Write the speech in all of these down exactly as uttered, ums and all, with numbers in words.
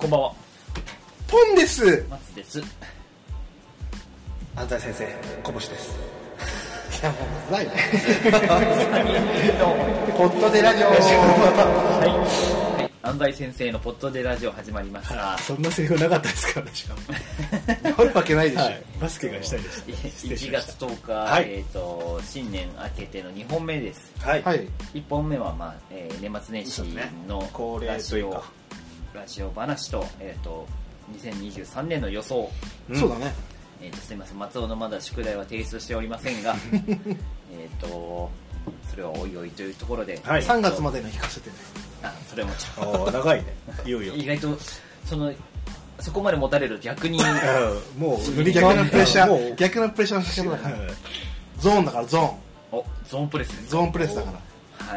こんばんは。 ポンです。 松です。 安西先生、小星です。 いやもうないね。ポットでラジオ。 はい、はい、安西先生のポットでラジオ始まりました。 そんなセリフなかったですからね、しかも。 あるわけないでしょ。 はい、バスケがしたいです。 いちがつとおか、はい、えっ、ー、と新年明けてのにほんめです。 はい。 いっぽんめはまあ、えー、年末年始のラジオ、ラジオ話とえっ、ー、とにせんにじゅうさんねんの予想。 うん、そうだね。 えー、とすみません、松尾のまだ宿題は提出しておりませんがえとそれはおいおいというところで、 はい、さんがつまでの引かせてね。 あ、それもちょっと長いね。いよいよ意外とそのそこまで持たれると逆にもう逆のプレッシャー逆のプレッシャーのかけ方だからゾーンだからゾーンおゾーンプレスです。 ゾーンプレスだから、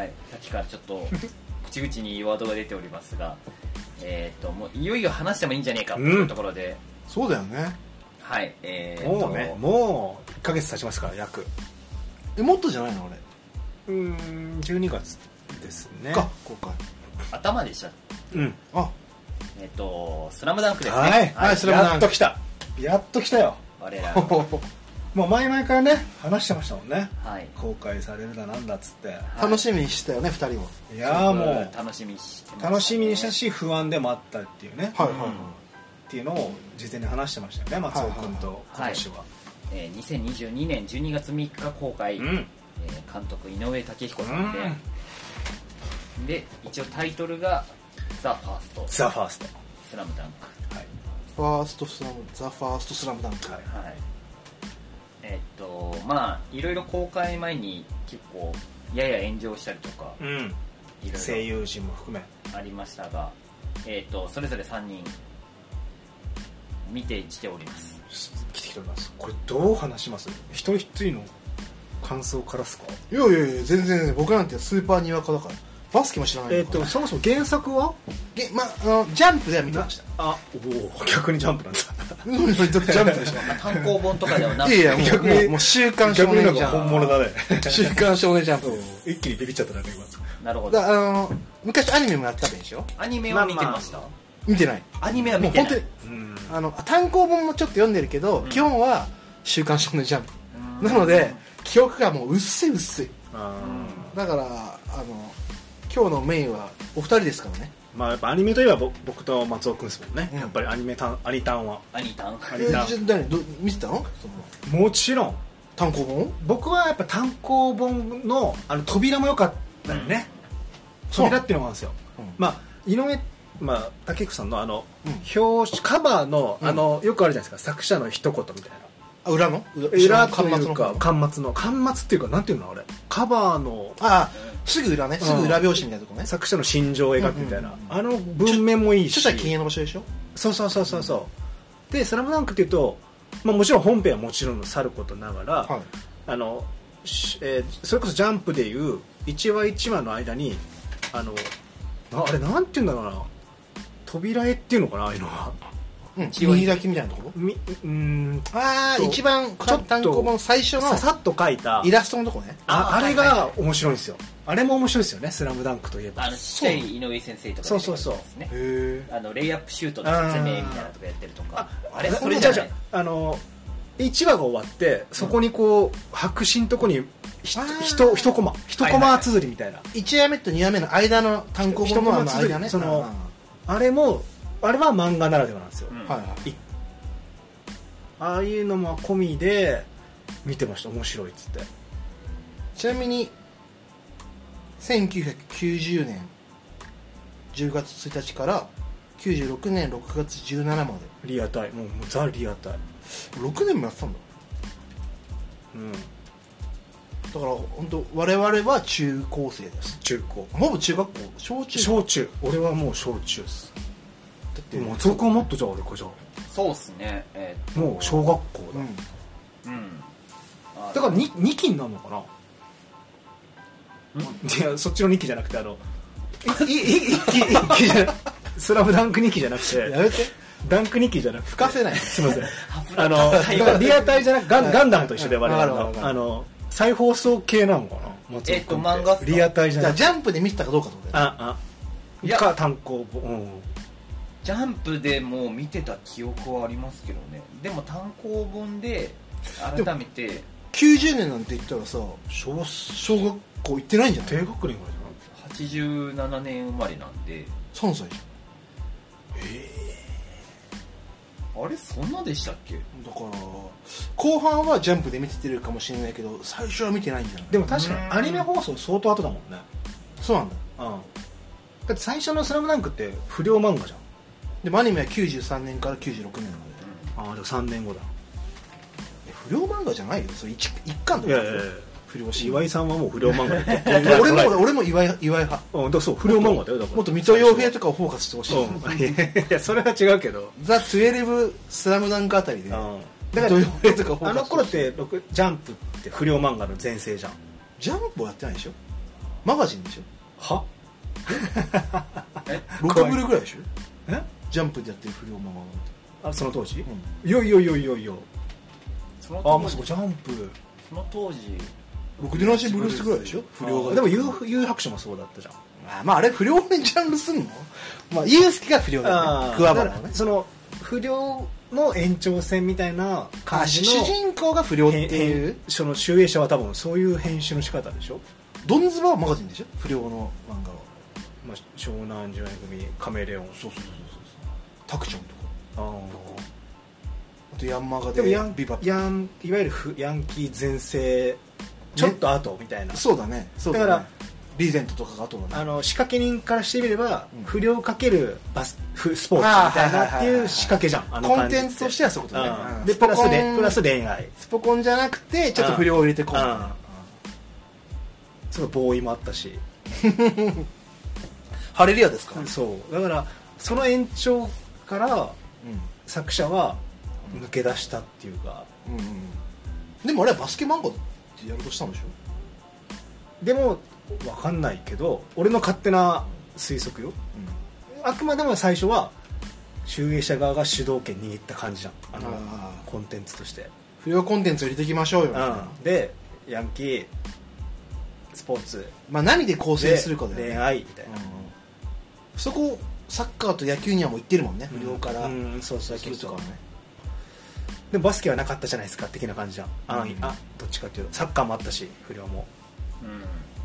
はい、さっきからちょっと口々にワードが出ておりますがえっともういよいよ話してもいいんじゃねえかというところで、 うん、そうだよね。 はい、えー、もうね、もういっかげつ経ちますから約。 え、もっとじゃないの俺。 うーん、じゅうにがつですね。 か、公開。 頭でした。 うん。 あ、 えっ、ー、とスラムダンクですね。 はい、はい、はい、スラムダンク。やっと来た。やっと来たよ。 我ら。 もう前々からね話してましたもんね。 はい。 公開されるだなんだっつって。 楽しみにしたよね、ふたりも。 いやーもう楽しみにしてました、 ね。楽しみにしたし不安でもあったっていうね。 はいはいはい。 っていうのを事前に話してましたよね、松尾君と今年は、はい、 えー、にせんにじゅうにねんじゅうにがつみっか公開、うん、えー、監督井上武彦さんで、うん、で一応タイトルがザ・ファーストザ・ファーストスラムダンク、 はい、ファーストスラムザ・ファーストスラムダンク、 はいはい、えー、っとまあいろいろ公開前に結構やや炎上したりとか、 うん、いろいろ声優陣も含めありましたが、えー、っとそれぞれさんにん見てきております。 来てきております。これどう話します？一人一人の感想からですか？ いやいやいや全然僕なんてスーパーにわかだからバスケも知らない。 えっ、ー、とそもそも原作は？ げまあのジャンプでは見てました。 あ、おお逆にジャンプなんだ。 ジャンプでしょ。 単行本とかではなくて。 いやいやもうもうもう週刊少年ジャンプ。 本物だね。 週刊少年ジャンプ。 一気にビビっちゃったね今。 なるほど。 だあの昔アニメもやったでしょ。 アニメは見てました。まあまあ見てない。 アニメは見てない。 あの単行本もちょっと読んでるけど、うん、基本は週刊少年ジャンプなので記憶がもう薄いうっすい。だからあの今日のメインはお二人ですからね。 まあやっぱアニメといえば僕と松尾君ですもんね、うん、やっぱりアニメタンアニタンはアニタンアニタンえ誰ど見てたの？ そのもちろん単行本？ 僕はやっぱ単行本のあの扉も良かったよね、うん、扉っていうのがあるんですよ、うん、まあ井上まあ、竹内さんのあの、うん、表紙カバーの、あの、うん、よくあるじゃないですか作者の一言みたいなあ裏の裏というか巻末の巻末っていうかなんていうのあれカバーのああすぐ裏ねすぐ裏表紙みたいなとこね作者の心情を描くみたいな、うんうんうん、あの文面もいいし著者禁煙の場所でしょ。 そうそうそうそうそう、でスラムダンクっていうと、まあ、もちろん本編はもちろんさることながら、はい、あの、えー、それこそジャンプでいういちわいちわの間にあのあれなんていうんだろうな扉絵っていうのかなああいうのは、 うん、見開きみたいなところみうんああ一番単行本最初のささっと描いたイラストのとこねあ, あれが面白いんですよ。あれも面白いですよねスラムダンクといえばあのちっちゃい井上先生とか、ね、 そうそうそうへあのレイアップシュートの説明みたいなとかやってるとか あ, あれそれじゃないあのいちわが終わってそこにこう、うん、白紙のとこにひと一コマ一コマ綴りみたいな、はいはい、 いちわめとにわめの間の単行本の間ねそのあれもあれは漫画ならではなんですよ、うんはいはい、ああいうのも込みで見てました。面白いっつって。 ちなみにせんきゅうひゃくきゅうじゅうねんじゅうがつついたちからきゅうじゅうろくねんろくがつじゅうしちにちまでリアタイもうザリアタイろくねんもやってたんだ。うんだから本当我々は中高生です。 中高ほぼ中学校小中小中俺はもう小中ですだって松岡はもっとじゃあ俺かじゃあそうっすね、えー、っともう小学校だ、うんうん、だから 2, にきになるのかな。いやそっちのにきじゃなくてあのいい一期一期じゃスラムダンクにきじゃなくてやめてダンクにきじゃなくて吹かせないすいませんあのリアタイじゃなくガンガンダムと一緒で我々のあの再放送系なのかな。 えっと漫画リアタイじゃなくてジャンプで見てたかどうかってことだよね。 ああいやか単行本、うん、 ジャンプでもう見てた記憶はありますけどね。でも単行本で改めてきゅうじゅうねんなんて言ったらさ小小学校行ってないんじゃない？ 低学年ぐらいじゃはちじゅうななねん生まれなんでさんさいじゃん。 えー、あれそんなでしたっけ？ だから後半はジャンプで見ててるかもしれないけど最初は見てないんじゃない？ でも確かにアニメ放送相当後だもんね。 そうなんだ。 うん、だって最初の「スラムダンクって不良漫画じゃん。 でもアニメはきゅうじゅうさんねんからきゅうじゅうろくねんまで。 ああでもさんねんごだ。 不良漫画じゃないよ、それ 一, 一巻とか。 いやいやいや不良シーン。 岩井さんはもう不良漫画で俺も俺も岩井岩井派。 うん、だからそう不良漫画だよ。だからもっと水戸洋平とかをフォーカスしてほしい、 うん、いやそれは違うけどザ・トゥエルブスラムダンクあたりで、うん、 だから水戸洋平とかフォーカスしてほしい。 あの頃ってジャンプって不良漫画の全盛じゃん。 ジャンプはやってないでしょ、マガジンでしょ。 はえロカブルぐらいでしょ。 えジャンプでやってる不良漫画なんて。 あその当時、 うん、 いやいやいやいやいやそのあもうそこジャンプその当時ろくでなしブルースぐらいでしょ不良が。 でも幽遊白書もそうだったじゃん。 あまああれ不良にジャンルすんの。まあユースケが不良だよね。桑原のね。 その不良の延長線みたいな感じの主人公が不良っていう。 その集英社は多分そういう編集の仕方でしょ。 ドンズバはマガジンでしょ不良の漫画は。 まあ、湘南純愛組カメレオン。 そうそうそうそう。タクちゃんとか。 ああとヤンマガで。 でもヤンビバヤンいわゆるヤンキー全盛ちょっと後みたいな、 ね、そうだね。そうだね。 だからリーゼントとかが後だね。 あの仕掛け人からしてみれば、うん、不良かけるバススポーツみたいなっていう仕掛けじゃん。あのコンテンツとしてはそういうことね。 うん、でプラスでプラス恋愛。 スポコンじゃなくてちょっと不良を入れてこう。 すごいボーイもあったし。 ハレリアですか。 そうだからその延長から、うん、作者は抜け出したっていうか、うんうん、 でもあれはバスケ漫画ってやろうとしたんでしょ。 でも分かんないけど俺の勝手な推測よ、うん、あくまでも最初は集英社側が主導権握った感じじゃん。あのあコンテンツとして不良コンテンツを入れていきましょうよ、 うん、でヤンキースポーツ、 まあ、何で構成するかだよね。 恋愛みたいな、うん、 そこサッカーと野球にはもう行ってるもんね、うん、不良から、 うん、そうそう野球とかもね。でもバスケはなかったじゃないですか的な感じじゃん、うん、あ, あどっちかっていうとサッカーもあったし不良も、うん、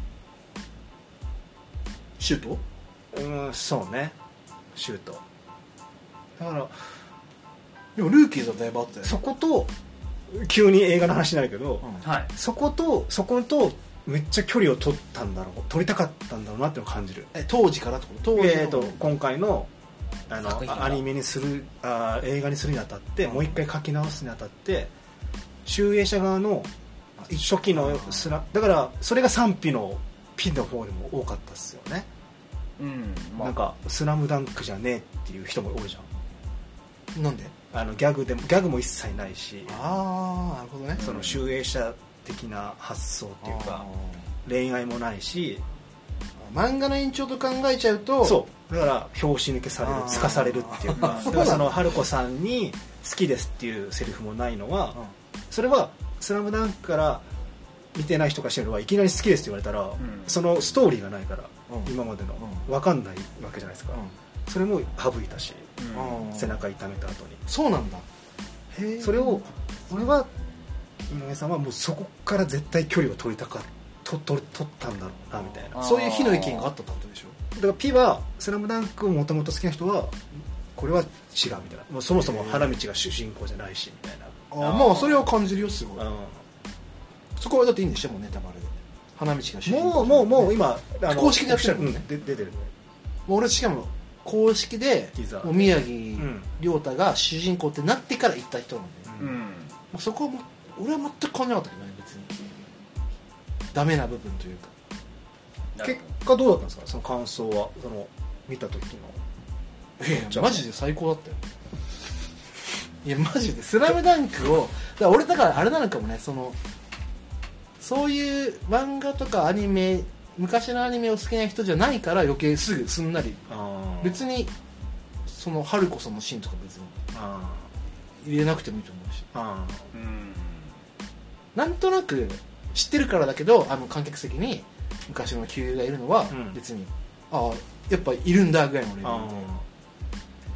シュート、 うんそうねシュートだからでもルーキーズはだいぶあったよね。 そこと急に映画の話になるけど、 うんはい、 そことそことめっちゃ距離を取ったんだろう取りたかったんだろうなってのを感じる。 え当時からってこと？当時の、 えー、と今回のあのアニメにするあ映画にするにあたって、うん、もう一回書き直すにあたって集英社側の初期のスラだからそれが賛否のピンの方でも多かったっすよね、うんまあ、なんかスラムダンクじゃねえっていう人も多いじゃん。 なんで？ あのギャグでもギャグも一切ないし、 ああなるほどね。 その集英社的な発想っていうか恋愛もないし漫画の延長と考えちゃうとそうだから拍子抜けされるつかされるっていうかだからその春子さんに好きですっていうセリフもないのは、うん、それはスラムダンクから見てない人からしてるのはいきなり好きですって言われたら、うん、そのストーリーがないから、うん、今までの、うん、分かんないわけじゃないですか、うん、それも省いたし、うん、背中痛めた後にそうなんだ。 へそれを俺は井上さんはもうそこから絶対距離を取りたかとと取ったんだろうなみたいなそういう火の意見があったってことでしょ。 だから P はスラムダンクをもともと好きな人はこれは違うみたいなもうそもそも花道が主人公じゃないしみたいなああまあそれを感じるよすごい。そこはだっていいんでしょもうネタバレで花道が主人公もうもうもう今公式でやってるもんね、 うん、出てるね。 もう俺しかも公式でもう宮城亮太が主人公ってなってから行った人なんで、うん、もうそこはも俺は全く感じなかったけどね別にダメな部分というか。 結果どうだったんですかその感想はその見た時の。 ええマジで最高だったよ。いやマジでスラムダンクをだから俺だからあれなのかもねそのそういう漫画とかアニメ昔のアニメを好きな人じゃないから余計すぐすんなり別にその春子さんのシーンとか別に入れなくてもいいと思うしあうんなんとなく知ってるからだけどあの観客席に昔の旧友がいるのは別に、うん、ああやっぱいるんだぐらいのレベルで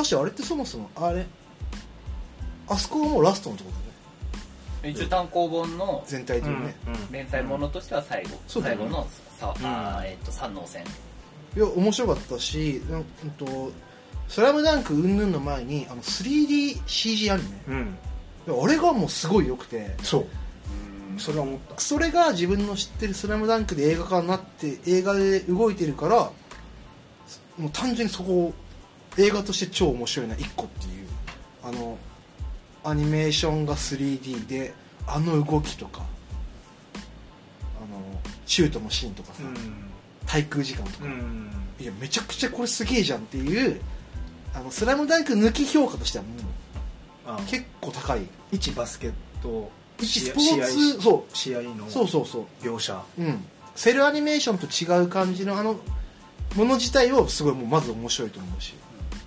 確かあれってそもそもあれあそこはもうラストのところだね一応単行本の全体的にね、 うんうん、 連載ものとしては最後、 そうだね、 最後のさ、 うんあえー、と三能戦いや面白かったし、うんとスラムダンク云々の前にあの スリーディーシージー アニメ、うん、あれがもうすごい良くて、 そうそれは思った。 それが自分の知ってるスラムダンクで映画化になって映画で動いてるから、もう単純にそこ映画として超面白いないっこっていう、あのアニメーションが スリーディー であの動きとか、あのシュートのシーンとかさ、うん、滞空時間とか、うん、いやめちゃくちゃこれすげえじゃんっていう、あのスラムダンク抜き評価としてはもう結構高い。 一バスケット一スポーツ、そう試合のそうそうそう描写、 うん、セルアニメーションと違う感じのあのもの自体をすごいもうまず面白いと思うし、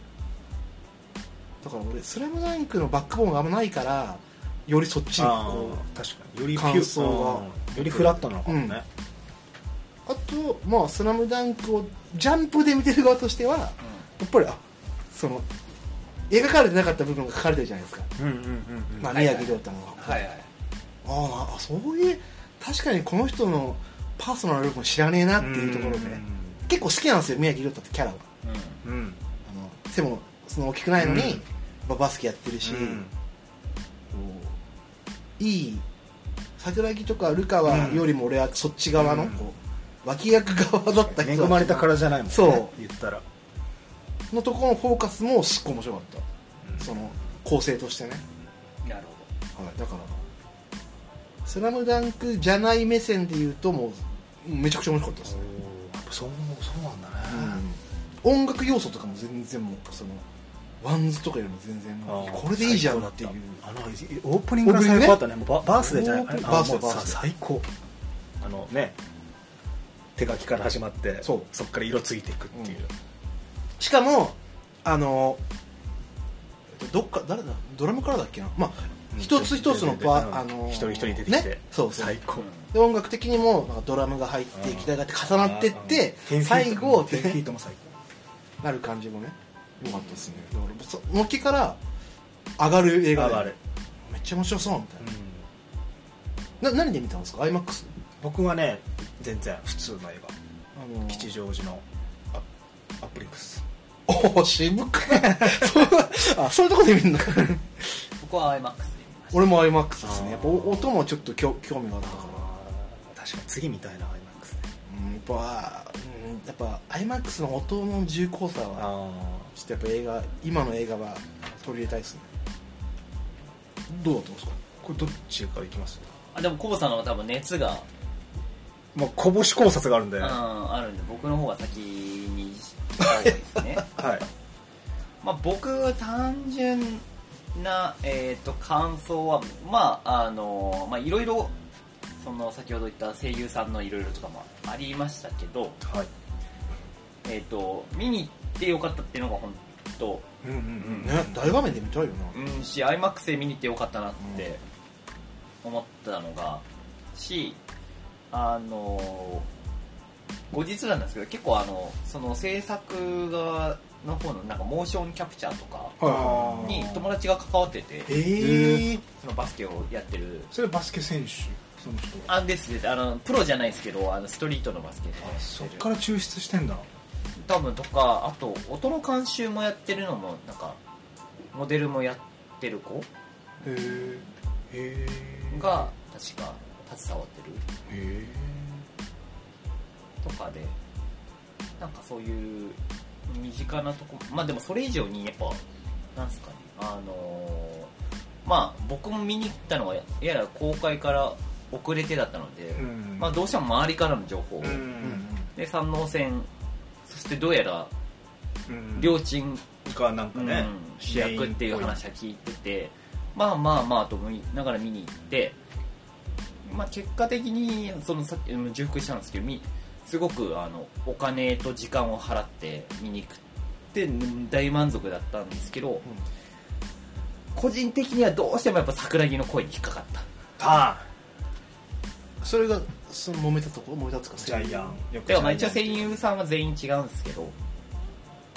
だから俺スラムダンクのバックボーンがあんまないからよりそっちにこう確かにより感想がよりフラットなのかもね、 うん、あとまあスラムダンクをジャンプで見てる側としては、うん、やっぱりあその描かれてなかった部分が書かれてるじゃないですか、うんうんうんうん、まあ、宮城亮太のはいはい、 ああそういう確かにこの人のパーソナル力も知らねえなっていうところで、うんうん、結構好きなんですよ宮城亮太ってキャラは、うんうん、あの背もその大きくないのに、うん、バスケやってるし、うん、いい桜木とかルカワよりも俺はそっち側の、うん、こう脇役側だった人恵まれたからじゃないもんね、 そう言ったらのところのフォーカスもすっごい面白かった、うん、その構成としてね。 なるほど、はい、だからスラムダンクじゃない目線で言うともうめちゃくちゃ面白かったですね。 やっぱそうそうなんだね、 うん、音楽要素とかも全然もうそのワンズとかよりも全然もうこれでいいじゃんっていう、 あのオープニングが最高だったね。もう バ, バースデーじゃないバースデーバースデー最高。あのね手書きから始まってそうそっから色ついていくっていう、うん、 しかもあのどっか誰だドラムからだっけな、まあ一つ一つのパあの一人一人出てきて、 ね、そうそう最高で音楽的にもなんかドラムが入って機材が重なってって最後テンフィートも最高なる感じもね良かったですね。だからそのっけから上がる映画でめっちゃ面白そうみたいな、うん、な何で見たんですか アイマックス？ 僕はね全然普通の映画、あのー、吉祥寺のアップリンクス。 おお渋くないあそういうとこで見るんだ僕は アイマックス で見ました。 俺も アイマックス ですね。やっぱ音もちょっと興味があったから確かに次みたいな アイマックス ね、 うん、やっぱ、うん、やっぱ アイマックス の音の重厚さはちょっとやっぱ映画今の映画は取り入れたいですね。どうだったんですかこれどっちからいきます？ あでもコボさんの方が多分熱がまあこぼし考察があるんで、 うん、あるんで僕の方が先にした方がいいですねはい。 まあ僕単純なえっ、ー、と感想はまああのまあいろいろその先ほど言った声優さんのいろいろとかもありましたけど、はい、えっ、ー、と見に行ってよかったっていうのが本当、 うんうんうんね、大画面で見たいよな。 うんし アイマックス で見に行ってよかったなって思ったのがし、あの後日なんですけど結構あのその制作側の方のなんかモーションキャプチャーとかに友達が関わってて、 えー、 そのバスケをやってる。 それバスケ選手その人あですですあのプロじゃないですけどあのストリートのバスケでそっから抽出してんだ多分とか、あと音の監修もやってるのもなんかモデルもやってる子へえが確か携わってるへとかでなんかそういう身近なとこまあでもそれ以上にやっぱなんすかねあのー、まあ僕も見に行ったのはやや公開から遅れてだったので、うんまあ、どうしても周りからの情報、うん、で三能線そしてどうやら両チームがなんかね、 うん、主役っていう話は聞いててまあまあまあと思いながら見に行って、まあ、結果的にそのさっき重複したんですけどすごくあのお金と時間を払って見に行くって大満足だったんですけど、うん、個人的にはどうしてもやっぱ桜木の声に引っかかった。 ああそれがその揉めたところ揉めたつかジャイアンでもまあ一応声優さんは全員違うんですけど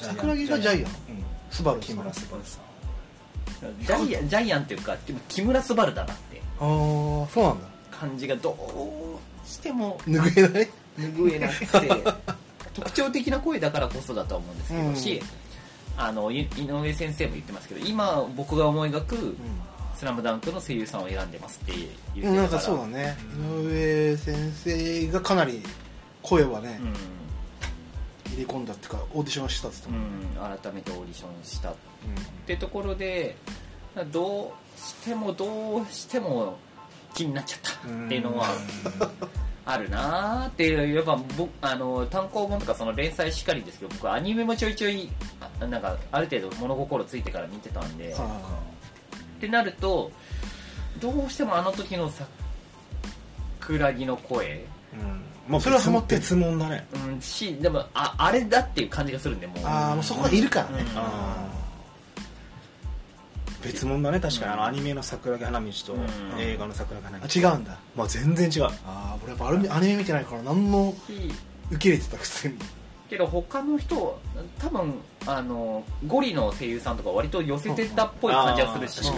桜木がジャイアン、うん、スバル木村昴さんジャイアンジャイアンっていうかでも木村昴だなってああそうなんだ感じがどうしても拭えない拭えなくて特徴的な声だからこそだと思うんですけど、うん、しあの井上先生も言ってますけど今僕が思い描く、うんスラムダンクの声優さんを選んでますって言ってたからなんかそうだね、うん、井上先生がかなり声はね、うん、入れ込んだっていうかオーディションしたって言った、うん、改めてオーディションしたってところでどうしてもどうしても気になっちゃったっていうのはあるなーっていうやっぱ僕あの単行本とかその連載しかりですけど僕アニメもちょいちょいなんかある程度物心ついてから見てたんでってなるとどうしてもあの時の桜木の声、 うんまあ、それはハマって別物だね、 うん、しでも あ, あれだっていう感じがするんでもうあもうそこにいるからね、うん、 あ別物だね確かに、うん、あのアニメの桜木花道と映画の桜木花道、 うん、違うんだ、 まあ、全然違うあ俺やっぱアニメ見てないから何も受け入れてたくせにけど他の人多分あのゴリの声優さんとか割と寄せてたっぽい感じがするし、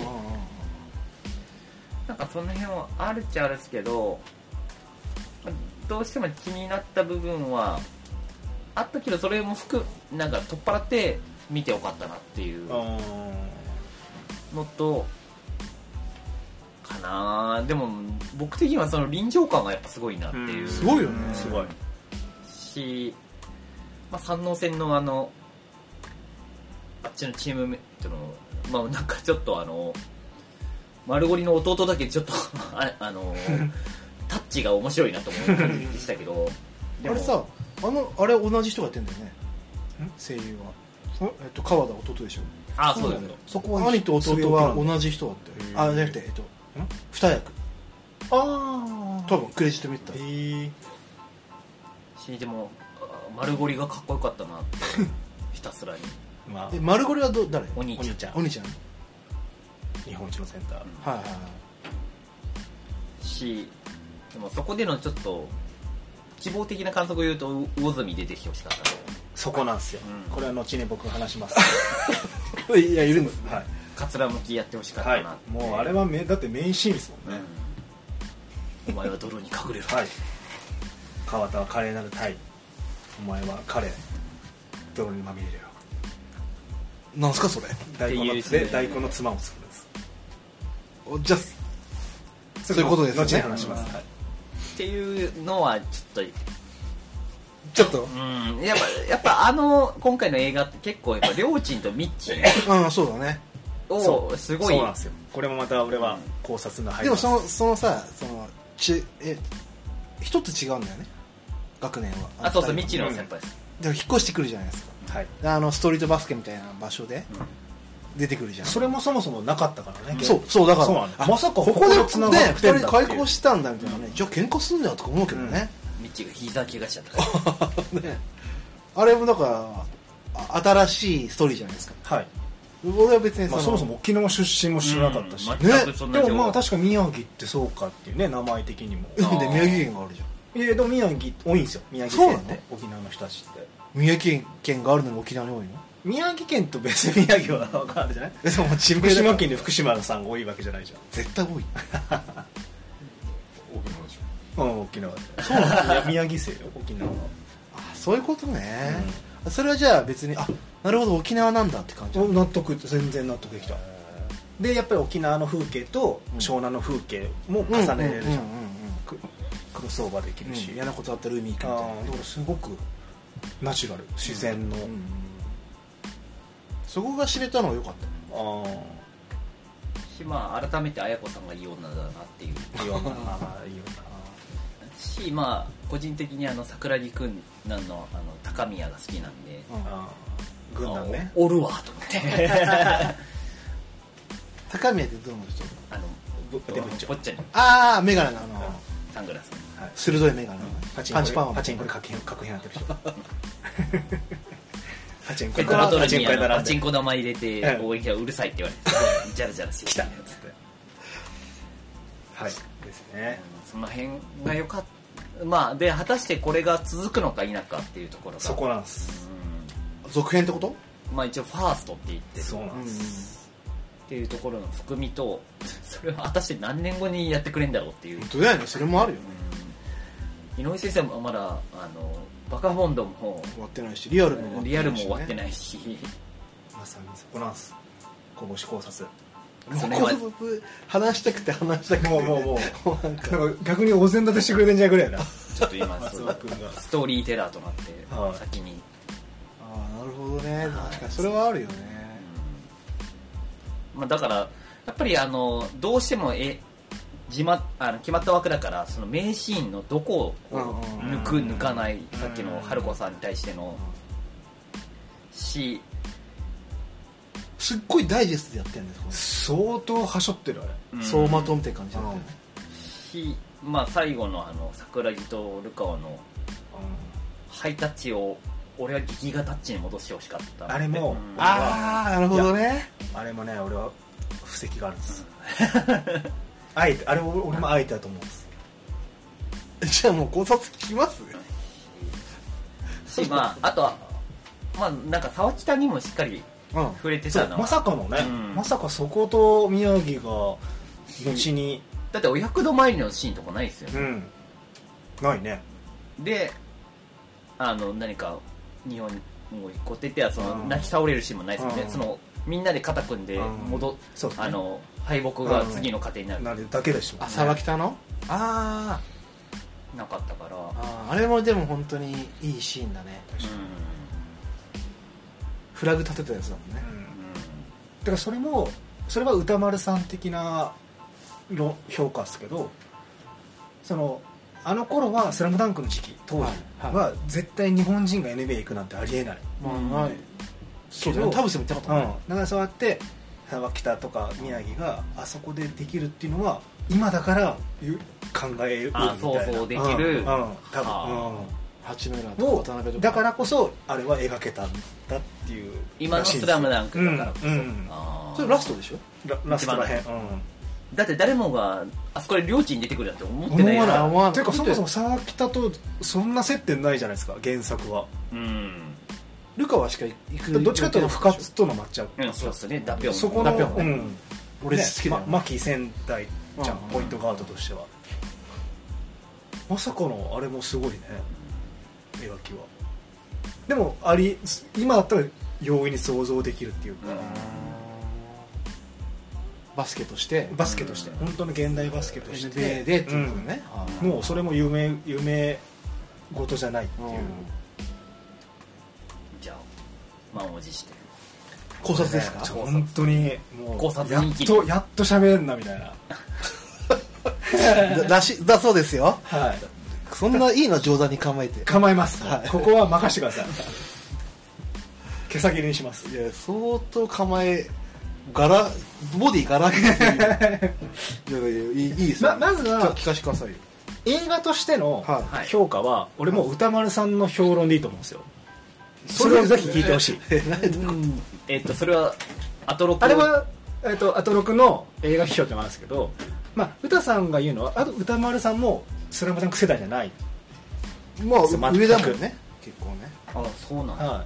なんかその辺はあるっちゃあるんですけどどうしても気になった部分はあったけどそれも含なんか取っ払って見てよかったなっていうのとかな。でも僕的にはその臨場感がやっぱすごいなっていう、うん、 すごいよねすごいしまあ、山王戦のあのあっちのチームメイトのまあなんかちょっとあの丸ゴリの弟だけちょっとあ, あのタッチが面白いなと思う感じでしたけどでもあれさあのあれ同じ人がやってんだよね声優は、えっと、川田弟でしょああそうだよそこは兄と弟は同じ人だったよあじゃなくてえっと二役ああ多分クレジット見てたへえしでも丸ゴリがかっこよかったなってひたすらに、 まあ、で丸ゴリはど誰お兄ちゃんお兄ちゃんお兄ちゃん日本一のセンター、うん、 はいはいはいしでもそこでのちょっと希望的な観測を言うと魚住出てきてほしかったそこなんですよ、うん、これは後に僕話しますいやいるんです、 はい、かつらむきやってほしかったなって、はい、 もうあれはめだってメインシーンですもんね、 うん、お前は泥に隠れるはい川田は華麗なるタイお前は彼泥にまみれるよなんすかそれ大根 の, で大根の妻を作るんですおじゃあそういうことですね後に話します、うんはい、 っていうのはちょっとちょっとうんやっぱやっぱあの今回の映画って結構やっぱりょーちんとみっちーうんそうだねおすごいそうなんですよこれもまた俺は考察の入りでもそのそのさそのちえ一つ違うんだよね学年はあそうそうみっちーの先輩です、 うん、でも引っ越してくるじゃないですか、はい、あのストリートバスケみたいな場所で出てくるじゃん、 それもそもそもなかったからね、 うん、そうそうだからそうあまさかここでつながってふたり開口したんだみたいなね、うん、じゃあ喧嘩すんだよとか思うけどね、 うん、みっちーが膝怪我しちゃったから、 ね、あれもだから新しいストーリーじゃないですかはい俺は別に そ,、 まあ、そもそも沖縄出身も知らなかったし、うんね、でもまあ確か宮城ってそうかっていうね名前的にもで宮城県があるじゃんいやでも宮城多いんですよ宮城県って沖縄の人たちって宮城県があるのに沖縄に多いの宮城県と別に宮城は分かるじゃないでも福島県で福島さんが多いわけじゃないじゃん絶対多い沖縄でしょうん沖縄でそうなんだ宮城生よ沖縄はあそういうことね、うん、それはじゃあ別にあなるほど沖縄なんだって感じ納得全然納得できたでやっぱり沖縄の風景と湘南の風景も重ねれるじゃんクロスオーバーできるし、 うん、嫌なことあったら海行くみたいな、ね、 だからすごくナチュラル自然の、うんうんうん、 そこが知れたのは良かったあしまあ改めて綾子さんがいい女だなっていういい女しまあ個人的にあの桜木くんなんのあの高宮が好きなんで、うん、あ軍団ねおるわと思って高宮ってどういう人あのぼっちゃにああメガネのあのサングラス、 はい、鋭いメガネ、うん、 パチンコパチンコで確変やってる人パチンコパチンコパチンコ玉入れて応援がうるさいって言われてジャラジャラしてきたっつってはいですね、 うん、その辺が良かったまあで果たしてこれが続くのか否かっていうところがそこなんです、 うん、続編ってことまあ一応ファーストって言ってそうなんです、 うん、っていうところの含みとそれは果たして何年後にやってくれんだろうっていう本当だよねそれもあるよね、 うん、井上先生もまだあのバカボンドも終わってないしリアルも終わってないし、ね、 リアルも終わってないしまさにそこなんですこぼし考察それは話したくて話したくてもうもうもうなんか逆にお膳立てしてくれてんじゃんぐらいなちょっと今ストーリーテラーとなって先にああなるほどね確かにそれはあるよね、 うんまあ、だからやっぱりあのどうしてもえじまあの決まった枠だからその名シーンのどこを抜く抜かないさっきの春子さんに対してのしすっごいダイジェストでやってるんです相当はしょってるあれ、 うん、総まとめって感じだったよねし、まあ、最後のあの桜木とルカワのハイタッチを俺はギガタッチに戻してほしかったあれも、うん、 ああなるほどねあれもね俺は布石があるんですあえてあれ俺もあえてだと思うんですじゃあもう考察聞きますしまああとはまあなんか沢北にもしっかり触れてたの、 うん、まさかのね、うん、まさかそこと宮城が後にだってお百度参りのシーンとかないですよね、うん、 ないねであの何か日本にもう一個って言ってはその泣き倒れるシーンもないですよね、うん、そのみんなで肩組んで戻っ、うんそうですね、あの敗北が次の過程になる、 うん、なるだけでしょう、 ね、沢北のああなかったからあ, あれもでも本当にいいシーンだね、うん、フラグ立てたやつだもんね、うん、 だからそれもそれは歌丸さん的な評価ですけどそのあの頃はスラムダンクの時期当時は絶対日本人が エヌビーエー 行くなんてありえない、 まあ、ないそうだね田臥も言ったことない、うん、 だからそうやって沢北とか宮城があそこでできるっていうのは今だから考えるみたいなあそうそうできる、うんうん、多分、うん、八村とか渡辺とかだからこそあれは描けたんだっていう今のスラムダンクだからこそ、うんうん、 あそれラストでしょラ, ラストらへん、うん、 だって誰もがあそこで領地に出てくるなんて思ってないから思わないていうかそもそも沢北とそんな接点ないじゃないですか原作はうんルカワしか行くどっちかというと深津とのマッチアップ、 うん、そうですねダピョンそこのダピョン、 うん、 俺好きだよ、 ね、ま、牧仙台ちゃん、うん、ポイントガードとしてはまさかのあれもすごいね描きはでもあり今だったら容易に想像できるっていうか、うん、 バスケとしてバスケとして、うん、本当の現代バスケとしてエヌビーエー でっていうことね、 うん、もうそれも夢夢事じゃないっていう、うん、 じゃあ満を持して考察ですか、 ね、本当にもう考察やっとやっと喋んなみたいなだ, だ, しだそうですよ、 はい、 そんないいの上段に構えて構えます、はい、ここは任せてください毛先にします。 いや相当構えガラボディガラっていういやいやいいですよ、 ね、ま, まずは聞かせてくださいよ映画としての評価は、はい、俺も歌丸さんの評論でいいと思うんですよ。それをぜひ聞いてほしい。 えー、えっとそれはアトロクあれは、えー、とアトロクの映画批評ってもあるんですけど、まあ、歌さんが言うのはあと歌丸さんもスラムダンク世代じゃない、 まあ上だもんね結構ね。 あそうなんだ、 はい、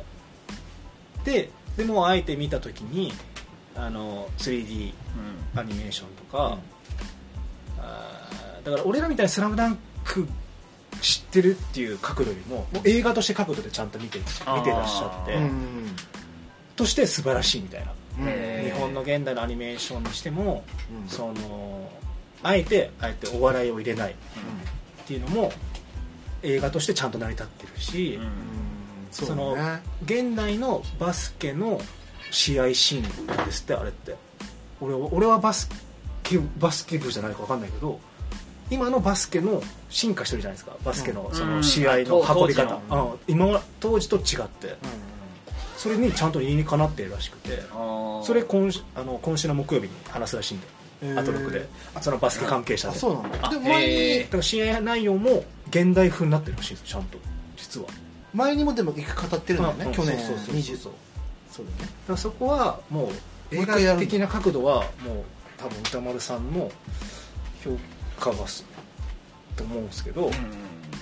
ででもあえて見た時にあの スリーディー アニメーションとか、うん、あだから俺らみたいにスラムダンク知ってるっていう角度よりももう映画として角度でちゃんと見て見てらっしゃって、うん、として素晴らしいみたいな、日本の現代のアニメーションにしても、うん、そのあえてあえてお笑いを入れないっていうのも映画としてちゃんと成り立ってるし、うん、そ, その、ね、現代のバスケの試合シーンなんですってあれって。俺は、俺はバスケバスケ部じゃないか分かんないけど今のバスケの進化してるじゃないですか。バスケ の, その試合の運び方、うん、今は当時と違って、うん、それにちゃんと理にかなっているらしくて、それ 今, あの今週の木曜日に話すらしいんで、アトロクでそのバスケ関係者で。 あそうなんだ。 で前にだから試合内容も現代風になってるらしいんですよちゃんと実は。 前にもでも語ってるんだよね、うん、去年そうそうそうにじゅうそうそうだね。だからそこはもう映画的な角度はもう多分歌丸さんの評価はすと思うんですけど、うん、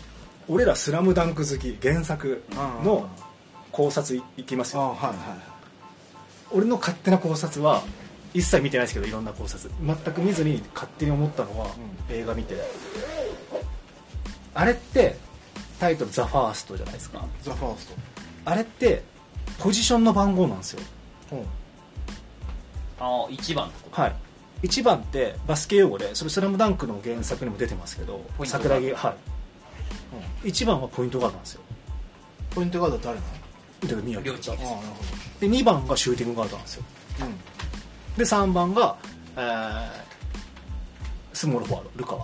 俺らスラムダンク好き原作の考察 い, いきますよ。 あ、はいはい、 俺の勝手な考察は一切見てないですけど、いろんな考察全く見ずに勝手に思ったのは、うん、映画見てあれってタイトルザ・ファーストじゃないですか。 ザ・ファースト、 あれってポジションの番号なんですよ、うん、 ああいちばんってこと。 はい、いちばんってバスケ用語で、それスラムダンクの原作にも出てますけど、桜木、はい、うん、いちばんはポイントガードなんですよ。 ポイントガードは誰なの？ だから宮城です。ああなるほど。でにばんがシューティングガードなんですよ、うん、でさんばんが、えー、スモールフォワードルカワ、はい、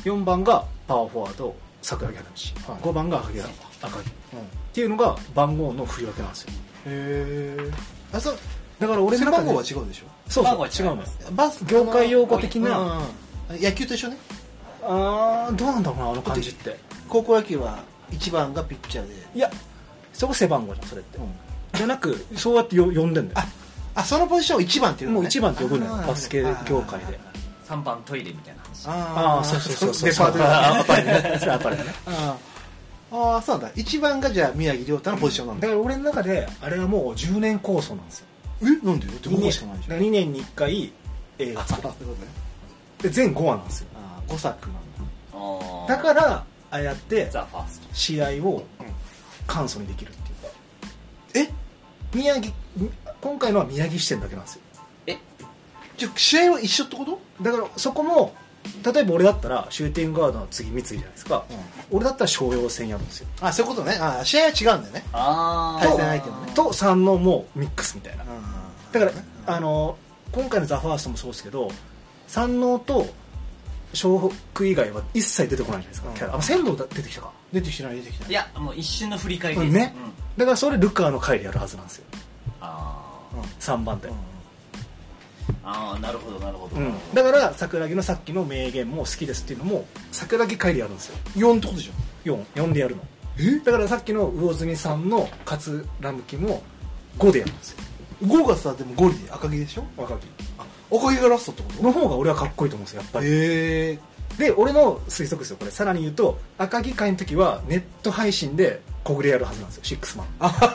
よんばんがパワーフォワード桜木花道、はい、ごばんが赤木、赤木、うん、っていうのが番号の振り分けなんですよ。 へえ。あ、そうだから俺の中で番号は違うでしょ。 そうそう違うの。バス業界用語的な、 野球と一緒ね。 ああどうなんだろうな、あの感じって。 高校野球はいちばんがピッチャーで、 いやそこ背番号じゃんそれって、うん、じゃなくそうやってよ呼んでんだよ。 ああ、そのポジションをいちばんっていうのね。 もういちばんって呼ぶのよ、バスケ業界で。 さんばんトイレみたいな話。 ああそうそうそうそう、 デパートでアパレルね、それアパレルね。 ああそうなんだ。いちばんがじゃあ宮城亮太のポジションなんだ。 だから俺の中であれはもうじゅうねん構想なんですよ。 えなんでよってごこしかないじゃん。 にねんにいっかい映画作るで全ごわなんですよ。 あごさくなんだ。だからああやってザ・ファースト試合を簡素にできるっていうか。え宮城今回のは宮城視点だけなんですよ。 えじゃあ試合は一緒ってこと？ だからそこも例えば俺だったらシューティングガードの次三井じゃないですか、うん、俺だったら商用戦やるんですよ。 あそういうことね。あ試合は違うんだよね。あ対戦相手もねと三のもうミックスみたいな。だからあの今回のザ・ファーストもそうですけど、三能と湘北以外は一切出てこないじゃないですか、うん、キャラ。あ仙道出てきたか。 出てきてない出てきてない。 いやもう一瞬の振り返りです、 ね、うん、だからそれルカーの回でやるはずなんですよ。 ああ、 うん、さんばんで、うん、 ああなるほどなるほど、 うん、だから桜木のさっきの名言も好きですっていうのも桜木回でやるんですよ。 よんってことでしょ。 よん、よんでやるの。えだからさっきの魚住さんの勝ラムキもごでやるんですよ。 ごがさでもゴリで赤木でしょ。 赤木赤木がラストってことの方が俺はかっこいいと思うんですよやっぱり。 へえ。 で俺の推測ですよこれ。さらに言うと赤木会の時はネット配信で小暮やるはずなんですよシックスマン。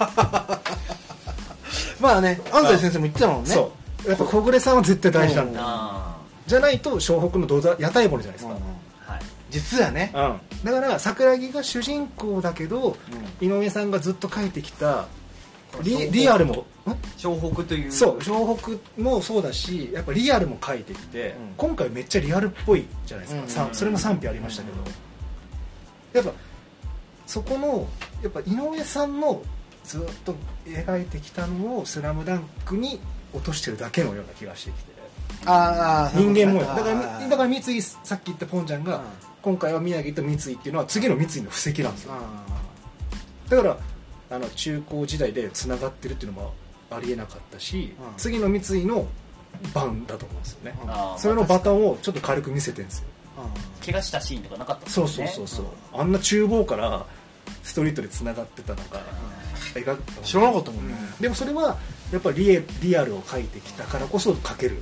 まあね安西先生も言ってたもんね。 そうやっぱ小暮さんは絶対大事なんだ、うん、じゃないと湘北のどうだ屋台骨じゃないですか、うんうん、 はい、実はね、 うん、だから桜木が主人公だけど、うん、井上さんがずっと書いてきた リ, リアルも湘北というそう湘北もそうだしやっぱリアルも書いてきて、うん、今回めっちゃリアルっぽいじゃないですか、うん、それも賛否ありましたけど、うん、やっぱそこのやっぱ井上さんのずっと描いてきたのを「スラムダンクに落としてるだけのような気がしてきて。 あ人間もだからだから三井さっき言ったポンちゃんが、うん、今回は宮城と三井っていうのは次の三井の布石なんですよ。だからあの中高時代でつながってるっていうのもありえなかったし、うん、次の三井の番だと思うんですよね、うん、それのバトンをちょっと軽く見せてるんですよ、 うん、怪我したシーンとかなかったですね。そうそうそうそう、うん、あんな厨房からストリートでつながってたのが、 うん、描知らなかったもんね、 うん、でもそれはやっぱり リ, リアルを描いてきたからこそ描ける。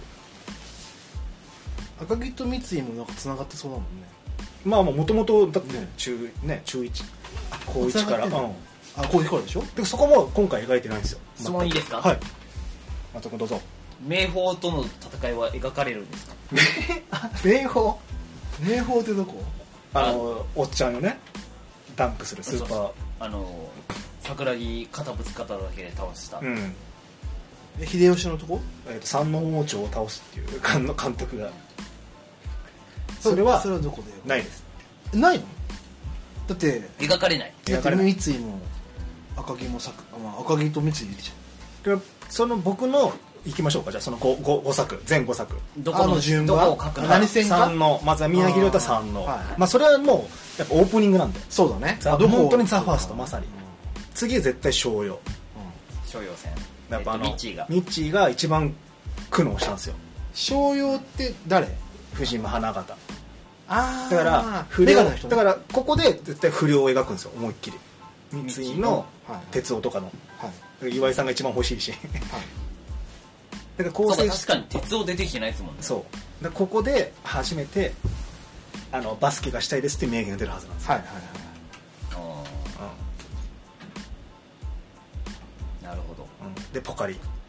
赤木と三井もなんかつながってそうだもんね。 まあもともとだって中、ね、中いち高いちから、うん、 あ高いちからでしょ。 でそこも今回描いてないんですよ。 質問いいですか。 はい松尾君どうぞ。 明豊との戦いは描かれるんですか。 明豊明豊ってどこ。 あのおっちゃんよねダンクするスーパー。そうそうあの桜木肩ぶつかっただけで倒した、うん、 秀吉のとこ、 えー、と三能王朝を倒すっていう監督がそれはそれはどこでないです。 ないのだって描かれない。 だって三井も赤木もさ、まあ、赤木と三井できちゃう。 その僕のいきましょうか。じゃあその 5, 5, 5作全ごさくどこの順番どこを書くか。 何戦か三のまずは宮城亮太三の、はい、まあそれはもうやっぱオープニングなんで。 そうだね。 ザ本当にザファーストまさに、うん、次は絶対商用、うん、 商用戦やっぱあの、 えっと、ミッチーがミッチーが一番苦悩したんですよ。 商用って誰。 藤間花形。 あだから不良、ね、だからここで絶対不良を描くんですよ思いっきり。三井の鉄夫とかの、はい、岩井さんが一番欲しいし、はい、だから構成確かに鉄夫出てきてないですもんね。 そうだここで初めてあのバスケがしたいですって名言が出るはずなんですよ。はいはいはい。 あ、うん、なるほど、 うん、でポカリ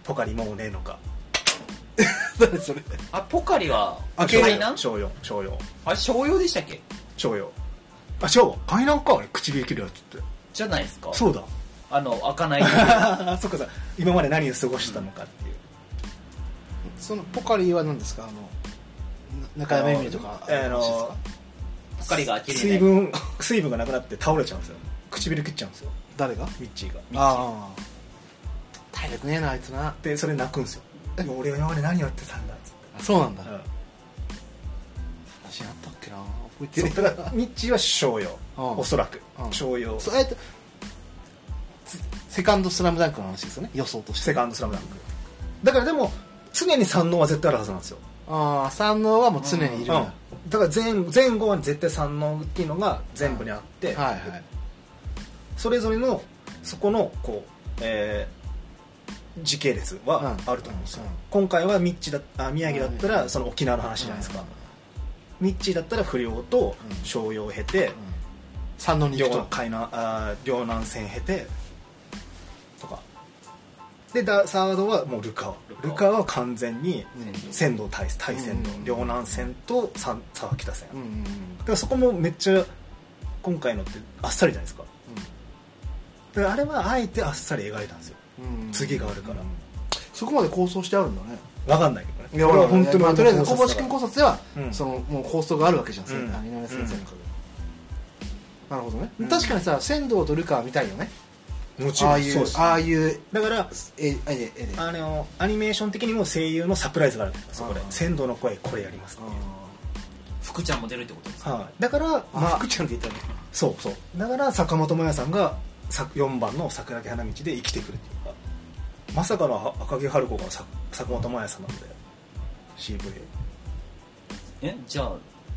ポカリもうねえのか。 誰それ。 あ、ポカリはあ、 海南商用商用あれ商用でしたっけ。 商用あ、商海南か、あれ口できるやつってじゃないですか。 そうだ、 あの開かないあそっかさ、今まで何を過ごしたのかっていう、 そのポカリは何ですか、あの中山エミリとかあのポカリが開けれない水分水分がなくなって倒れちゃうんですよ、唇切っちゃうんですよ、 誰が。 ミッチーが。 ああ体力ねえなあいつな。 でそれ泣くんですよ、俺は今まで何やってたんだっつって。 あ、そうなんだ。 うん、 私あったっけな、覚えてる。 そうだからミッチーは商用、 うんおそらく、 うん商用、 そう、えっとセカンドスラムダンクの話ですよね、予想として。 セカンドスラムダンクだから。でも常に三能は絶対あるはずなんですよ。 ああ、三能はもう常にいるんだ。 うん、だから 前, 前後は絶対三能っていうのが全部にあって、 はいはい。 それぞれのそこのこう、えー時系列はあると思うんですよ、 うんうん、 今回はミッチだあ宮城だったらその沖縄の話じゃないですか、うん、ミッチーだったら不良と商用を経て、うん、 三能に行くと海南あ両南線経てとかでだサードはもうルカワルカワは完全に線路対対線の両南線と沢北線、うんうんうん、だからそこもめっちゃ今回のってあっさりじゃないですか、うん、だからあれはあえてあっさり描いたんですよ、うん、次があるから、うん、 そこまで構想してあるんだね。 分かんないけどね。 いや、俺は本当に、まあ、とりあえず小星君考察では、 うん、 そのもう構想があるわけじゃん、うん、井上先生の中で、うん、なるほどね、うん、確かにさ仙道とルカは見たいよね、 もちろん。 ああいう、ああいうだからえええあのアニメーション的にも声優のサプライズがある、そこで仙道の声これやりますっていう、 福ちゃんも出るってことですか、 はい、だから、まあ、福ちゃんって言ったね。 そうそう、だから坂本真綾さんがよんばんの桜木花道で生きてくるっていうか、まさかの赤木春子が坂本真綾さんなんで シーブイえじゃあ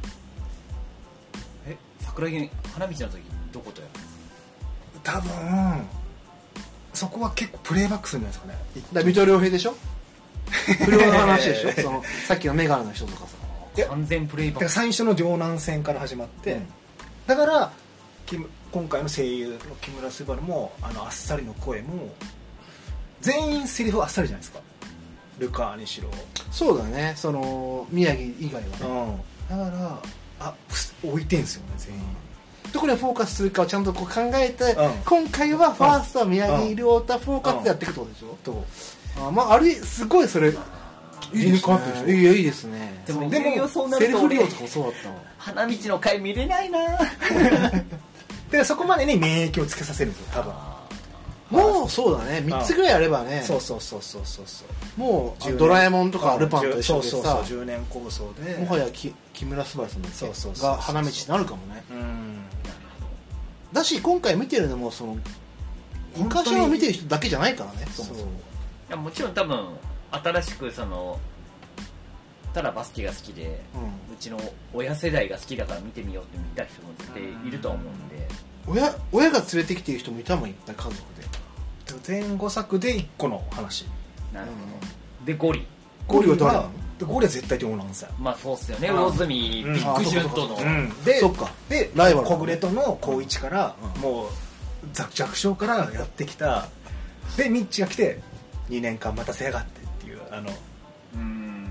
え桜木花道の時どことやる多分そこは結構プレイバックするんじゃないですかね。 だ水戸良平でしょ不良の話でしょそのさっきのメガネの人とかさ完全プレイバック。 だから最初の両南戦から始まって、うん、だから今回の声優の木村昴もあのあっさりの声も全員セリフあっさりじゃないですか、ルカーにしろ。 そうだね、その宮城以外はね、 うん、だからあ置いてんすよね全員、 うん、どこにフォーカスするかをちゃんとこう考えて、うん、今回はファーストは宮城亮太フォーカスでやっていくってことでしょ、うんうん、あ、まあ、あれすごいそれいいですね。いやいいですね。 でもでもそうなるとセルフ利用とかもそうだったわ。 花道の回見れないなでそこまでに免疫をつけさせるんですよ多分。 もうそうだね、みっつぐらいあればね、 そうそうそうそうそうそう、 もうドラえもんとかルパンと一緒でさ、 そうそうそうじゅうねん構想でもはやき木村昴さんが花道になるかもね。うん、だし今回見てるのもその昔を見てる人だけじゃないからね。そうそう、いやもちろん多分新しくそのただバスケが好きで、うん、うちの親世代が好きだから見てみようって見た人も絶対いると思うんで、 親, 親が連れてきてる人もいたもん、いっぱい家族で。 前後作でいっこの話。 なるほど。でゴリゴリは誰なの？ ゴリは絶対両なんですよ。 まあそうっすよね、魚住ビッグシュートの、 うん、でそっか、 でライバル小暮との高一から、うん、もう弱小からやってきたでミッチが来てにねんかん待たせやがってっていうあのうーん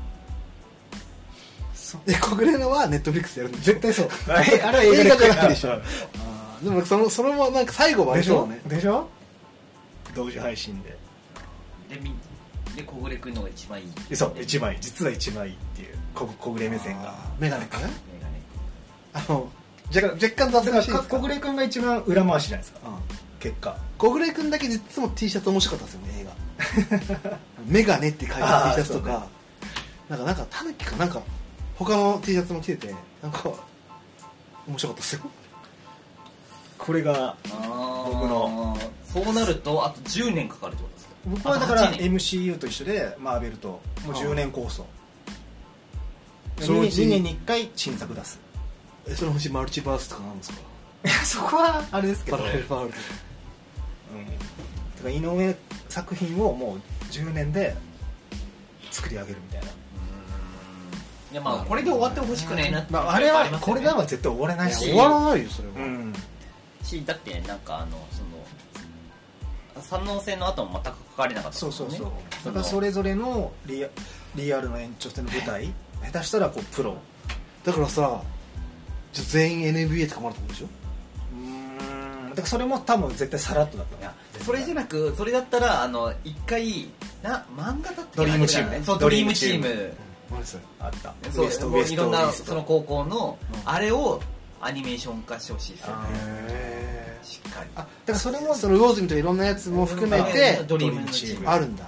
で小暮のはネットフリックスでやるんで絶対そうあれは映画じゃないでしょ。 でもそのそれもなんか最後はあれでしょね。でしょ同時配信ででみで小暮君のが一番いい。 そう一番いい、実は一番いいっていう小暮目線がメガネかね、メガネあの若干若干雑らしいですか。小暮君が一番裏回しじゃないですか、うん、結果小暮君だけ実も T シャツ面白かったですよね、映画メガネって書いた T シャツとか、ね、なんかなんかタヌキかなんか他の T シャツも着ててなんか面白かったですよ。 これが僕のそうなるとあとじゅうねんかかるってことですか。 僕はだから エムシーユー と一緒でマーベルともうじゅうねん構想、にねんにいっかい新作出す。 えそのうちマルチバースとかなんですか。 いやそこはあれですけど、 パラレルワールド、 うん、だから井上作品をもうじゅうねんで作り上げるみたいな。 いやまあこれで終わってほしくないなって、 まあ、あれはこれでは絶対終わらないし、 終わらないよそれは、 うん、しだってなんかあのその三能線の後も全く書かれなかったですもんね。 そうそうそう。だからそれぞれのリア、リアルの延長線の舞台、下手したらこうプロ。 だからさ、じゃ全員 エヌビーエー とかもあるってことでしょ。 うーん。だからそれも多分絶対さらっとだった。 いやそれじゃなく、それだったらあの一回な漫画だってドリームチームね。 そうドリームチーム。 何それ。 あった。 そうウエストウエストいろんなウエストその高校のあれをアニメーション化してほしいですよね。 へー。 しっかり。 あ、だからそれもその魚住とかいろんなやつも含めてドリームチームあるんだ。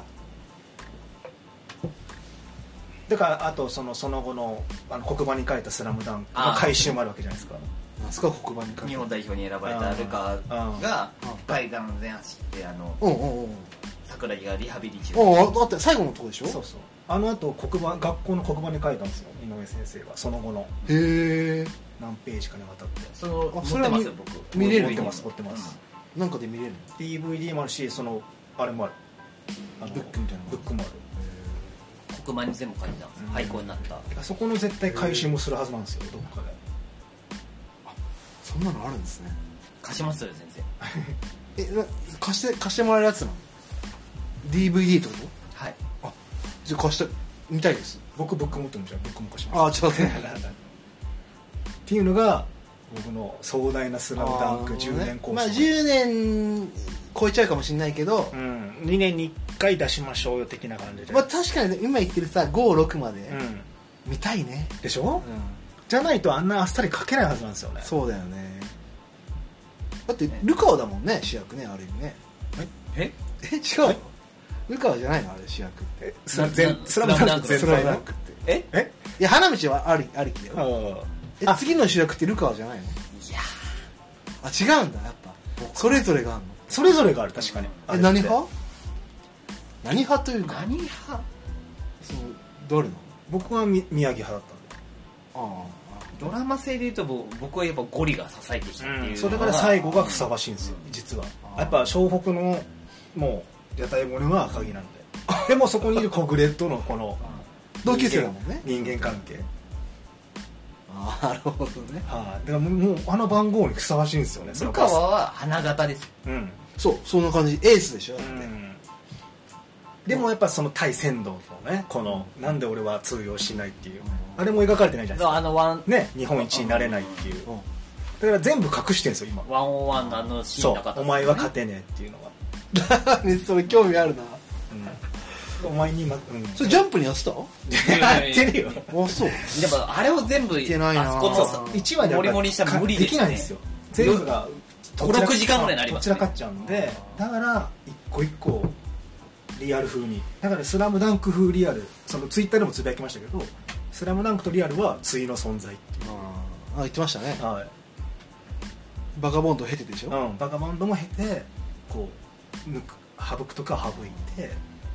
だからあとそのその後のあの黒板に書いたスラムダンクの回収もあるわけじゃないですか。 なんすか黒板に書いて。 日本代表に選ばれたルカが海岸全走ってあのうんうんうん。 桜木がリハビリ中。 おお、だって最後のとこでしょ。 そうそう。あの後黒板学校の黒板に書いたんですよ井上先生がその後のへえ。 何ページかにわたって。 そのあそれは持ってますよ僕。 見れる持ってます持ってます。 なんかで見れるの。 ディーブイディー もあるしそのあれもある。あのブックみたいなのブックもある。 黒板に全部書いたんですよ。廃校になった。 だからそこの絶対回収もするはずなんですよどっかで。 そんなのあるんですね。 貸しますよ全然。 え、な貸して貸してもらえるやつなの。 ディーブイディー ってこはい。 と。じゃあ貸して見たいです。 僕ブック持ってるんじゃんブックも貸します。 あ、ちょっと待ってっていうのが僕の壮大なスラムダンクじゅうねんコース。 まあじゅうねん超えちゃうかもしれないけど、 うん、にねんにいっかい出しましょうよ的な感じで。 まあ確かに今言ってるさご、ろくまでうん見たいね。 でしょ、 うん、 じゃないとあんなあっさり書けないはずなんですよね。 そうだよね。だってルカワだもんね主役ね、ある意味ね。 ええ、違うの。ルカワじゃないのあれ主役って。 スラ全スラムダンク全スラム体のダンクって。 ええいや花道はありありきだよ。えあ次の主役ってルカワじゃないの。 いやあ、違うんだやっぱ。それぞれがあるの。 それぞれがある確かに。 え、何派？何派というか。 何派？ そう誰の？ 僕はみ宮城派だったんで。 あドラマ性でいうと僕はやっぱゴリが支えてきたっていうのが、 それから最後がふさわしいんですよ実は。やっぱ湘北のもう屋台骨は赤城なんで。でもそこにいるコグレットのこの同級生だもんね。 人間関係。 ああ、なるほどね。 はい、だからもうあの番号にふさわしいんですよね。 ルカワは花形です。 うんそう、そんな感じ。エースでしょだって。 うんでもやっぱその対仙道のねこのなんで俺は通用しないっていう、あれも描かれてないじゃないですか。 あのワンね、日本一になれないっていう、 うんだから全部隠してるんですよ今。 ワンオーワンのあのシーそうンなかったお前は勝てねえっていうのは、 ね、それ興味あるな。 うん、お前に今、うん、 それジャンプにやってた？ やってるよ。 あ、そう。 でもあれを全部いけないなあそこのさいちわでモリモリしたら無理ですね。 できないんですよ。全部がごろくじかんぐらいになりますねどちらかっちゃうんで、だから一個一個リアル風に。だからスラムダンク風リアル、そのツイッターでもつぶやきましたけど、スラムダンクとリアルは対の存在っていう。 あ、言ってましたね。 はい。 バカボンドを経てでしょ。 うん、バカバンドも経てこう抜く省くとか省いて、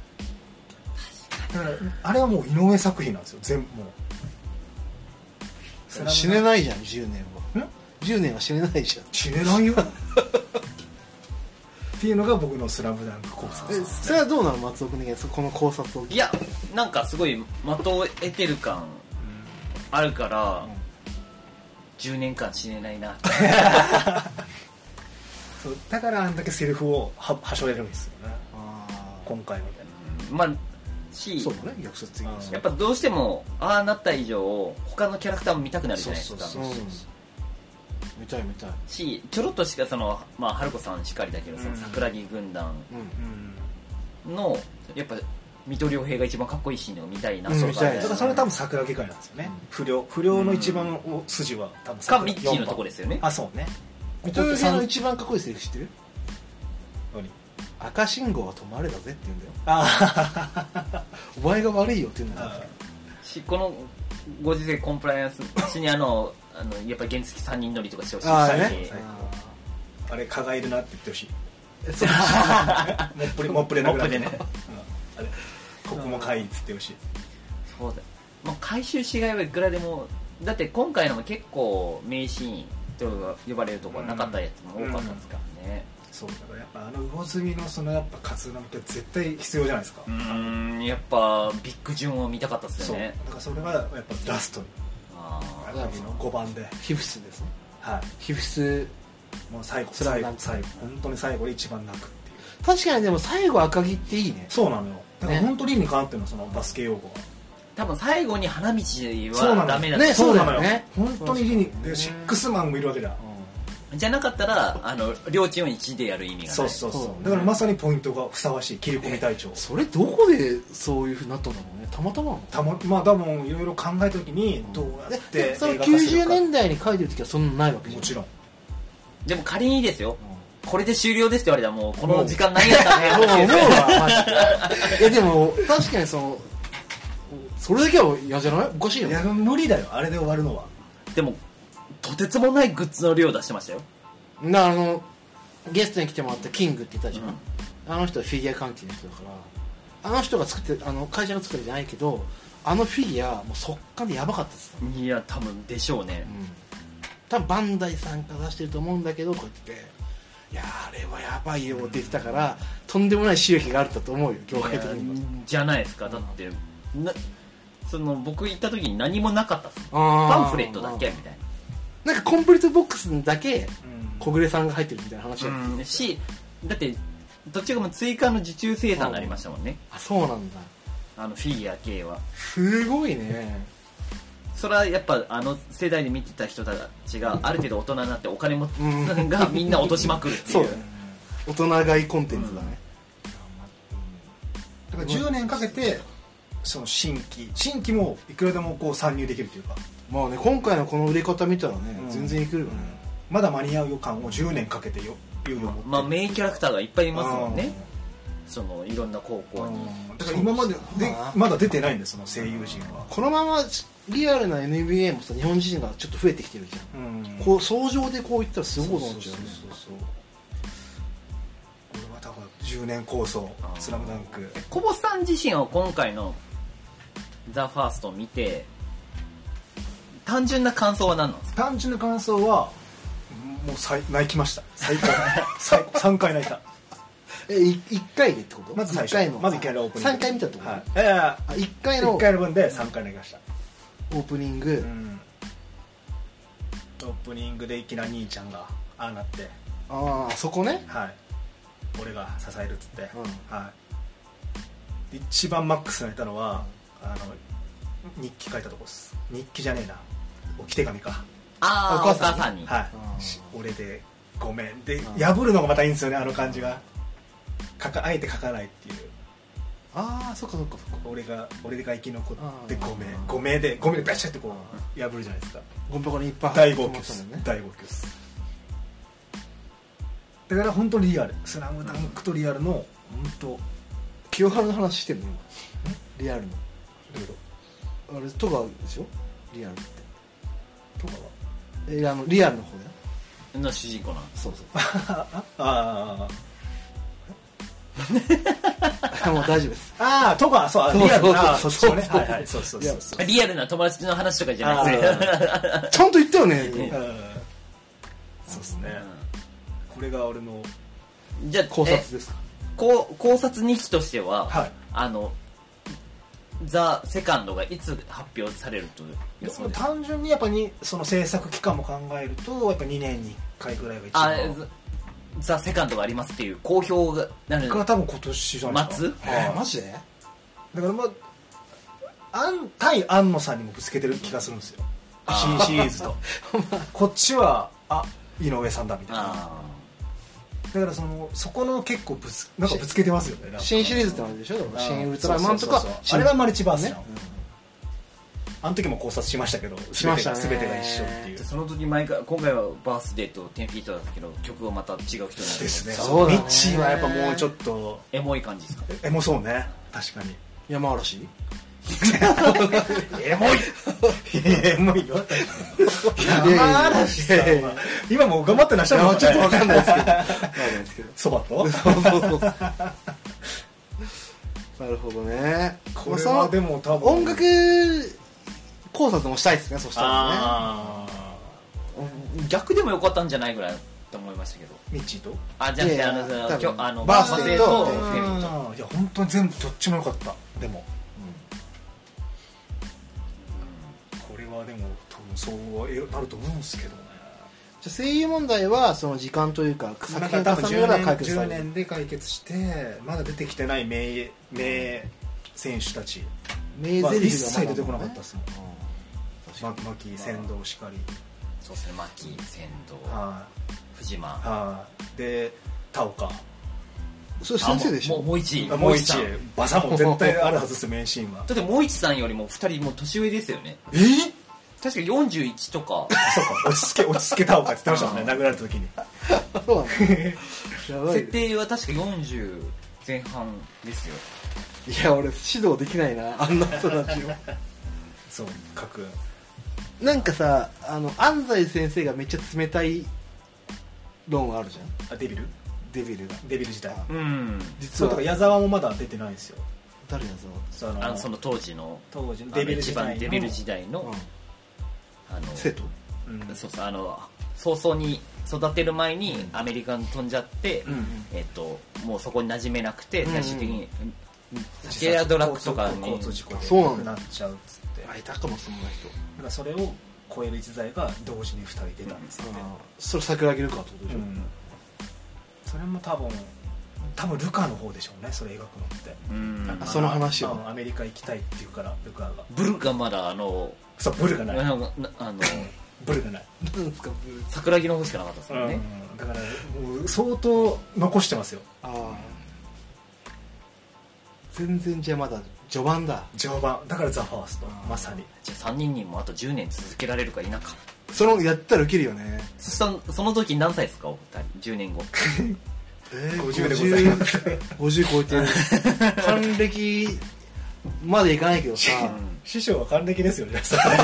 だからあれはもう井上作品なんですよ全部もう。 死ねないじゃんじゅうねんは。 んじゅうねんは死ねないじゃん。 死ねないよっていうのが僕のスラムダンク考察え、それはどうなの松尾君的にこの考察を。 いやなんかすごい的を得てる感あるから、うん、じゅうねんかん死ねないなそうだからあんだけセリフをははしょれるんですよね。あ今回みたいな。 まあしそうだね、逆説的にやっぱどうしてもああなった以上他のキャラクターも見たくなるじゃないですか。 そうそうそうそう、見たい見たいしちょろっとしかそのまあ春子さんしかりだけど、うん、その桜木軍団のやっぱ水戸良平が一番かっこいいシーンを見たいな、 うん、 そう見たい。 だからそれは多分桜木会なんですよね、うん、不良不良の一番の筋は多分かミッキーのとこですよね。 あ、そうね。 水戸良平の一番かっこいいセリフ知ってる？ 何？ 赤信号は止まれだぜって言うんだよ。 あお前が悪いよって言うんだよ。 しこのご時世コンプライアンスしにあのあのやっぱり原付さんにん乗りとかしてほしい。 あね、 あれ蚊がいるなって言ってほしい。モップレモップレなくなってね、うん、あれここもかいっつってほしい。 そうだ、まあ、回収しがいはいくらでもだって今回のも結構名シーンと呼ばれるところなかったやつも多かったですからね、 うんうん、そうだからやっぱあの魚住のそのやっぱ勝浦って絶対必要じゃないですか。 うーんやっぱビッグ順を見たかったですよね。 そうだからそれがやっぱラストにあごばんで皮膚質ですね。 はい、 皮膚質もう最後最後最後本当に最後で一番泣くっていう。 確かにでも最後赤木っていいね。 そうなのよ。だから本当に理にかなってるの、そのバスケ用語は。 多分最後に花道はダメだった、 ね、そうなのよね。 本当に理にでシックスマンもいるわけだ。 じゃなかったらあの両チームいちでやる意味がない。 そうそうそう。だからまさにポイントがふさわしい切り込み隊長。 それどこでそういうふうになったんだろうね。たまたまなの。 たままあ多分いろいろ考えた時にどうやってそのきゅうじゅうねんだいに書いてる時はそんなないわけじゃん。 もちろん。 でも仮にですよ。これで終了ですって言われたらもうこの時間何やったね。 もう思うわマジで。いやでも確かにそのそれだけは嫌じゃない？おかしいよ。 いや無理だよあれで終わるのは。でもとてつもないグッズの量出してましたよ。 なあのゲストに来てもらったキングって言ったじゃん、うん、あの人はフィギュア関係の人だからあの人が作ってあの会社が作ってるじゃないけどあのフィギュアもう速乾でやばかったです。 いや多分でしょうね、 うん、多分バンダイさんが出してると思うんだけどこうやっていやあれはやばいよって言ってたから、うん、とんでもない収益があるんだと思うよ業界的に。 じゃないですか。だってなその僕行った時に何もなかったっす。パンフレットだけみたいな。なんかコンプリートボックスだけ小暮さんが入ってるみたいな話だった、 うん、しだってどっちかも追加の受注生産になりましたもんね。 あそうなんだ。 あのフィギュア系はすごいね。 それはやっぱあの世代で見てた人たちがある程度大人になってお金もがみんな落としまくるっていうそう、ね、 大人買いコンテンツだね、 うん、だからじゅうねんかけてその新規新規もいくらでもこう参入できるというかまあね今回のこの売れ方見たらね、うん、全然いけるよね、 うん、まだ間に合う予感をじゅうねんかけてよ言うよ。まあメインキャラクターがいっぱいいますもんね。そのいろんな高校に。 だから今まででまだ出てないんですその声優陣は。 このままリアルな エヌビーエー もさ日本人がちょっと増えてきてるじゃん、うん、こう相乗でこういったらすごい思っちゃうね。そうそうそうそうこれは多分じゅうねん構想スラムダンク。 小ボスさん自身は今回のザ・ファーストを見て単純な感想は何なんですか？ 単純な感想はもう泣きました。最高最高さんかい泣いた。 えいいっかいでってこと？ まず最初いっかいのまずいっかいのオープニングさんかい見たってこと？ はい、いやいやいっかいのいっかいの分でさんかい泣きました。 オープニング、うん、 オープニングでいきなり兄ちゃんがああなってああそこねはい俺が支えるっつって、うんはい、一番マックス泣いたのはあの日記書いたとこです。日記じゃねえな置き手紙かああお母さんにはい俺でごめんで破るのがまたいいんですよねあの感じが書かあえて書かないっていうああそっかそっかそっか俺が俺が生き残ってごめんごめんでごめんでバシャってこう破るじゃないですか。 ゴミ箱にいっぱい大号泣です大号泣ですだから本当にリアルスラムダンクとリアルの本当清原の話してんの今リアルのどういうことあれトガでしょリアルってトガはえあのリアルの方だよの主人公なそうそうああもう大丈夫です。 ああトガそうリアルなそっちをねはいはいそうそうそうそうリアルな友達の話とかじゃないですねちゃんと言ったよねそうですねこれが俺のじゃあ考察ですか。 こう考察日記としては、 はい、 あのザ・セカンドがいつ発表されると予想ですか？単純にやっぱりその制作期間も考えるとやっぱにねんにいっかいぐらいが一番ザ・セカンドがありますっていう公表がなるが多分今年じゃないですか。 待つ、 えー、マジでだからまあアン対安野さんにもぶつけてる気がするんですよ新シリーズとこっちはあ井上さんだみたいなだからそのそこの結構ぶつなんかぶつけてますよね。 新シリーズってあるでしょ新ウルトラマンとかそうそうそうあれはマルチバースじゃん、ねうん、あの時も考察しましたけどしましたね全てが一緒っていうその時毎回今回はバースデーとテンフィートだったけど曲はまた違う人になるですね。 そうだねミッチーはやっぱもうちょっとエモい感じですか？ エモそうね確かに山嵐エモいエモいよ山嵐さんは今もう頑張ってらっしゃるのちょっと分かんないですけどそばとそうそうそうなるほどね。 これはでも多分音楽考察もしたいですね。そしたらね逆でもよかったんじゃないぐらいと思いましたけどミッチーとあじゃああのあのバースデーとフェミといや本当に全部どっちもよかったでもでも多分そうなると思うんですけどね。 じゃ声優問題はその時間というか作品多分重ねれば解決されじゅうねんる。 で解決してまだ出てきてない名名選手たち名は一台詞がまだ切出てこなかったですもん。 うんま牧仙道しかり、 そうですね、牧仙道、 はい藤間、 はいで田岡、 それ先生でしょ。 もうもう一位もう一さんバサも絶対あるはずです名シーンは。 だってもう一さんよりもふたりもう年上ですよね。 え確かよんじゅういちとかそうか、落ち着け落ち着け田岡って言ってましたもんね、殴られた時に。 そうなんだ。やばい。 設定は確かよんじゅう前半ですよ。 いや俺指導できないな、あんな人たちを。 そう書く。 なんかさ、あの安西先生がめっちゃ冷たい論あるじゃん。 あデビルデビルが。 デビル自体。 うん実はそうとか矢沢もまだ出てないんですよ。 誰やぞ。 そのあのその当時の当時のデデビル時代のビル一番デビル時代の、 うん。 あの生徒。 うんそうそう、あの早々に育てる前にアメリカに飛んじゃって、 うんえっと、もうそこに馴染めなくてうん最終的に酒やドラッグとかに交通事故でそうなんだ亡くなっちゃうっつって、だあいたかもそんな人。 からそれを超える逸材が同時にふたり出たんですって、 それ桜木ルカってことでしょ。 うんそれも多分多分ルカの方でしょうね、それ描くのって。 うんあその話をあのアメリカ行きたいっていうからルカが、 ブルがまだあのそうブルがない、 あのあのブルがない、 なんですか。 桜木の方しかなかったですよね、 うんだからもう相当残してますよああ。全然じゃあまだ序盤だ。 序盤だからザ・ファーストまさに。 じゃあさんにんにもあとじゅうねん続けられるか否か。 そのやったらウケるよね。 そしたその時何歳ですかお二人、じゅうねんご。 えー、 ごじゅうでございますごじゅう超えてる。還暦までいかないけどさ。 師匠は還暦ですよね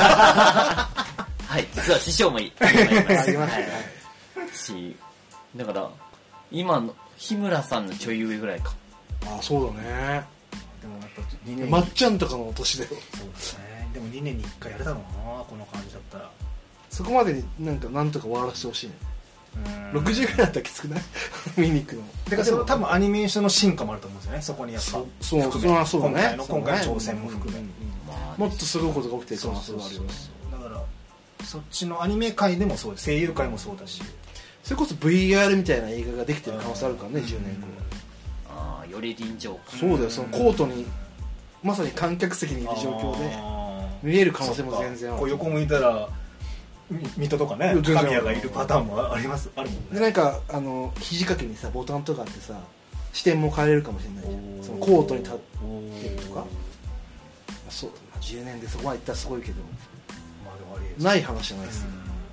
はい、実は師匠もいありますありますねはいし、だから今の日村さんのちょい上ぐらいか。 あそうだね。 でもやっぱにねんにまっちゃんとかの年だよ。 そうですね。でもにねんにいっかいやるだろうな、この感じだったら。 そこまでになんかなんとか終わらせてほしいね。ろくじゅうぐらいだったらきつくない見に行くの。 だからその多分アニメーションの進化もあると思うんですよね、そこにやっぱ。 そうそう含めそうだね。 今回の今回の挑戦も含め。 まあもっとすごいことが起きてる可そう能性があるよね。 そうそうそう。だからそっちのアニメ界でもそうです。声優界もそうだし。 それこそ ブイアール みたいな映画ができてる可能性あるからね、じゅうねんご。 ああ、より臨場感。 そうだよ、そのコートにまさに観客席にいる状況で見える可能性も全然ある。 こう横向いたらみ水戸とかね、 全然ある神谷がいるパターンもありますあるもんね。 でなんかあの肘掛けにさボタンとかあってさ視点も変えれるかもしれないじゃん。そのコートに立ってるとか。そうだな、じゅうねんでそこまでいったらすごいけどまあでもありえるない話じゃないですよ。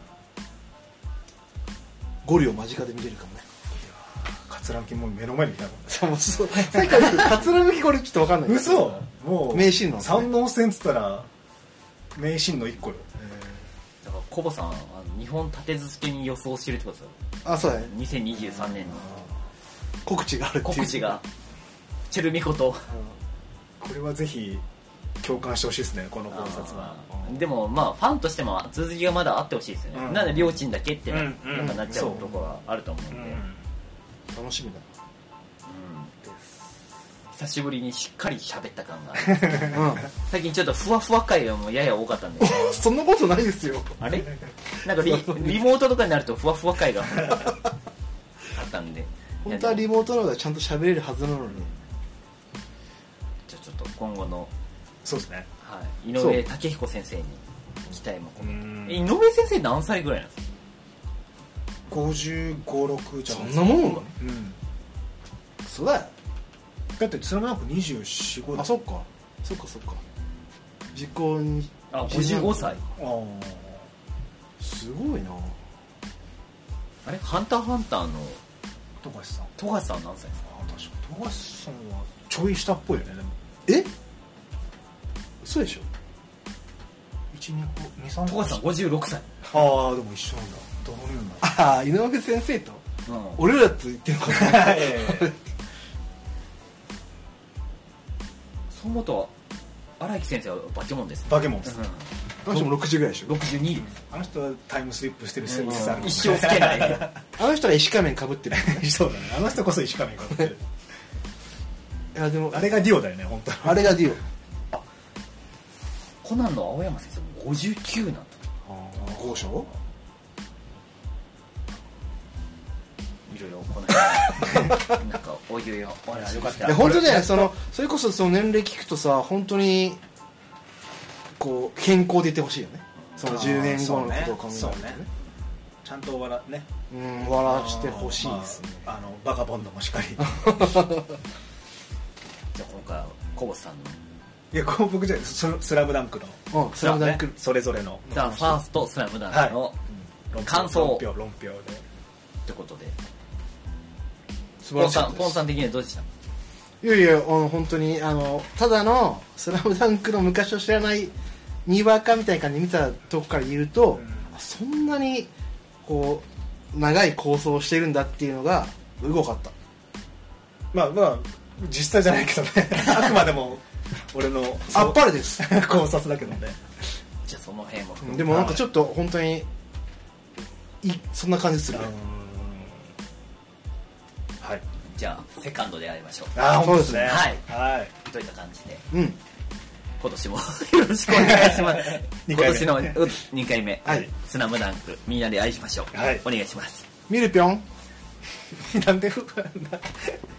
ゴリを間近で見れるかもね。 桂木も目の前にいたもんね。 そうそう。さっきから桂向きこれちょっと分かんない。 嘘もう名シーンなんですね三能線っつったら名シーンの一個よ。 だからコボさん、あの日本立て続けに予想してるってことですよ。 あ、そうだね。 にせんにじゅうさんねんの告知があるっていう。 告知がチェルミコと。 これはぜひ共感してほしいですね、この考察は。 でもまあファンとしても続きがまだあってほしいですよね、 うんなんで両親だけってな,、 うんうんなんかなっちゃうところはあると思うんで、 楽しみだうん久しぶりにしっかり喋った感がな。うん。 最近ちょっとふわふわ回がもうやや多かったんでそんなことないですよ。 あれなんかリリモートとかになるとふわふわ回があったんで本当はリモートの方がちゃんと喋れるはずなのに。 じゃあちょっと今後の、 そうですね。 はい、井上武彦先生に期待も込めて。 うん井上先生何歳ぐらいなんですか？ ごじゅうご、ろくじゃそないんなもんなの？ うん。 そうだよ。 だってスラムダンクにじゅうよん、ごだ。 あ、そっか。そっかそっか。時効に。 あ、ごじゅうごさい。 あーすごいな。 あれハンターハンターの富樫さん。 富樫さん何歳ですか？ あー確か富樫さんはちょい下っぽいよね、でも。 え？そうでしょ。 いち、にこ、に、さん富樫さんごじゅうろくさい。 ああ、でも一緒なんだ。どのような。 ああ、井上先生とうん俺らと言ってるのかな。 そう思うと荒木先生はバケモンですね。 バケモンです。 あの人もろくじゅうぐらいでしょ。 ろくじゅうにです。 あの人はタイムスリップしてる説ある。 一生つけない。 あの人は石仮面かぶってる。 そうだね。あの人こそ石仮面かぶってる。 いやでもあれがディオだよね、本当。 あれがディコナンの青山先生もごじゅうきゅうなんだ。 オ。豪商？ ろいろこの辺なんかおいおいお話よかったら本当ねそのそれこそその年齢聞くとさ本当にこう健康でいてほしいよねそのじゅうねんごのことを考えると ね, ね, ねちゃんと笑ねうん笑わしてほしいですね、 まあ、あのバカボンドもしっかりじゃあ今回はコボさんのいやこう僕じゃススラムダンクの、 うん、スラムダンク、 ね、それぞれのじゃあファーストスラムダンクの、はい、感想論評論評でってことで素晴らしいです。 ポンさん的にはどうでした？ いやいやあの本当にあのただのスラムダンクの昔を知らないにわかみたいな感じで見たとこから言うと、うん、そんなにこう長い構想をしてるんだっていうのがすごかった。 まあまあ実際じゃないけどねあくまでも俺のあっぱれです考察だけどね。 じゃあその辺もでもなんかちょっと本当にいそんな感じするね。 はい、 じゃあセカンドでやりましょう。 ああそうですね。 はい、 はい、 といった感じで、 うん、 今年もよろしくお願いします今年のにかいめ、はい、スラムダンクみんなで愛しましょう、はい、お願いします。 ミルピョンなんでふ